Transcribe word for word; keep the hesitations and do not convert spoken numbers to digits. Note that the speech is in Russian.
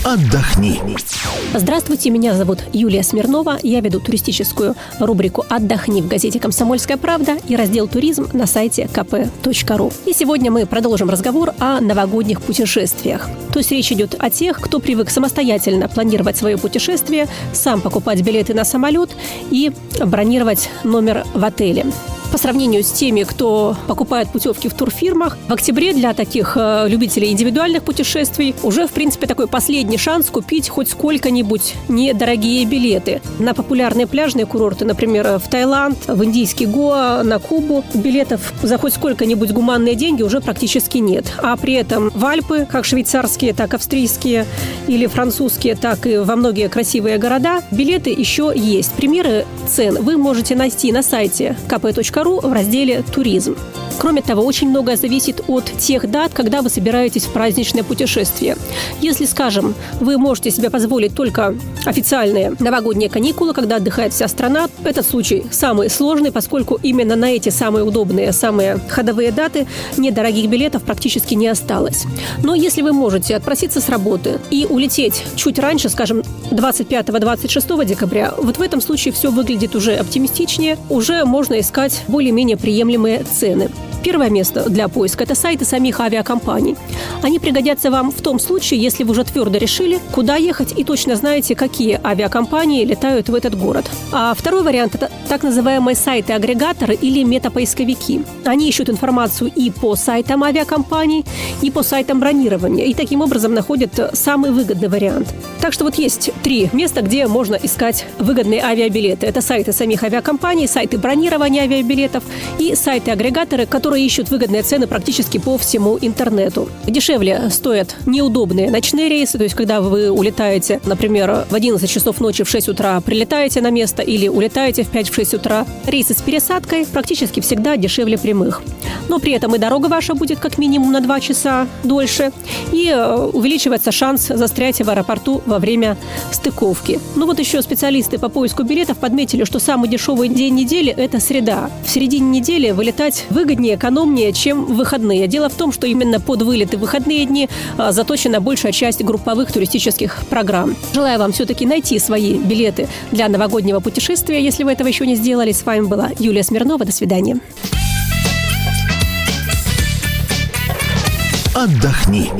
Отдохни. Здравствуйте, меня зовут Юлия Смирнова. Я веду туристическую рубрику «Отдохни» в газете «Комсомольская правда» и раздел «Туризм» на сайте ка пэ точка ру. И сегодня мы продолжим разговор о новогодних путешествиях. То есть речь идет о тех, кто привык самостоятельно планировать свое путешествие, сам покупать билеты на самолет и бронировать номер в отеле. По сравнению с теми, кто покупает путевки в турфирмах, в октябре для таких э, любителей индивидуальных путешествий уже, в принципе, такой последний шанс купить хоть сколько-нибудь недорогие билеты. На популярные пляжные курорты, например, в Таиланд, в индийский Гоа, на Кубу, билетов за хоть сколько-нибудь гуманные деньги уже практически нет. А при этом в Альпы, как швейцарские, так и австрийские или французские, так и во многие красивые города, билеты еще есть. Примеры цен вы можете найти на сайте ка пэ точка ру в разделе «Туризм». Кроме того, очень многое зависит от тех дат, когда вы собираетесь в праздничное путешествие. Если, скажем, вы можете себе позволить только официальные новогодние каникулы, когда отдыхает вся страна, этот случай самый сложный, поскольку именно на эти самые удобные, самые ходовые даты недорогих билетов практически не осталось. Но если вы можете отпроситься с работы и улететь чуть раньше, скажем, двадцать пятого - двадцать шестого декабря, вот в этом случае все выглядит уже оптимистичнее, уже можно искать более-менее приемлемые цены. Первое место для поиска – это сайты самих авиакомпаний. Они пригодятся вам в том случае, если вы уже твердо решили, куда ехать и точно знаете, какие авиакомпании летают в этот город. А второй вариант – это так называемые сайты-агрегаторы или метапоисковики. Они ищут информацию и по сайтам авиакомпаний, и по сайтам бронирования, и таким образом находят самый выгодный вариант. Так что вот есть три места, где можно искать выгодные авиабилеты. Это сайты самих авиакомпаний, сайты бронирования авиабилетов и сайты-агрегаторы, которые ищут выгодные цены практически по всему интернету. Дешевле стоят неудобные ночные рейсы, то есть когда вы улетаете, например, в одиннадцать часов ночи, в шесть утра прилетаете на место или улетаете в пять-шесть утра. Рейсы с пересадкой практически всегда дешевле прямых. Но при этом и дорога ваша будет как минимум на два часа дольше, и увеличивается шанс застрять в аэропорту во время стыковки. Ну вот еще специалисты по поиску билетов подметили, что самый дешевый день недели – это среда. В середине недели вылетать выгоднее, экономнее, чем в выходные. Дело в том, что именно под вылеты в выходные дни а, заточена большая часть групповых туристических программ. Желаю вам все-таки найти свои билеты для новогоднего путешествия, если вы этого еще не сделали. С вами была Юлия Смирнова. До свидания. Отдохни.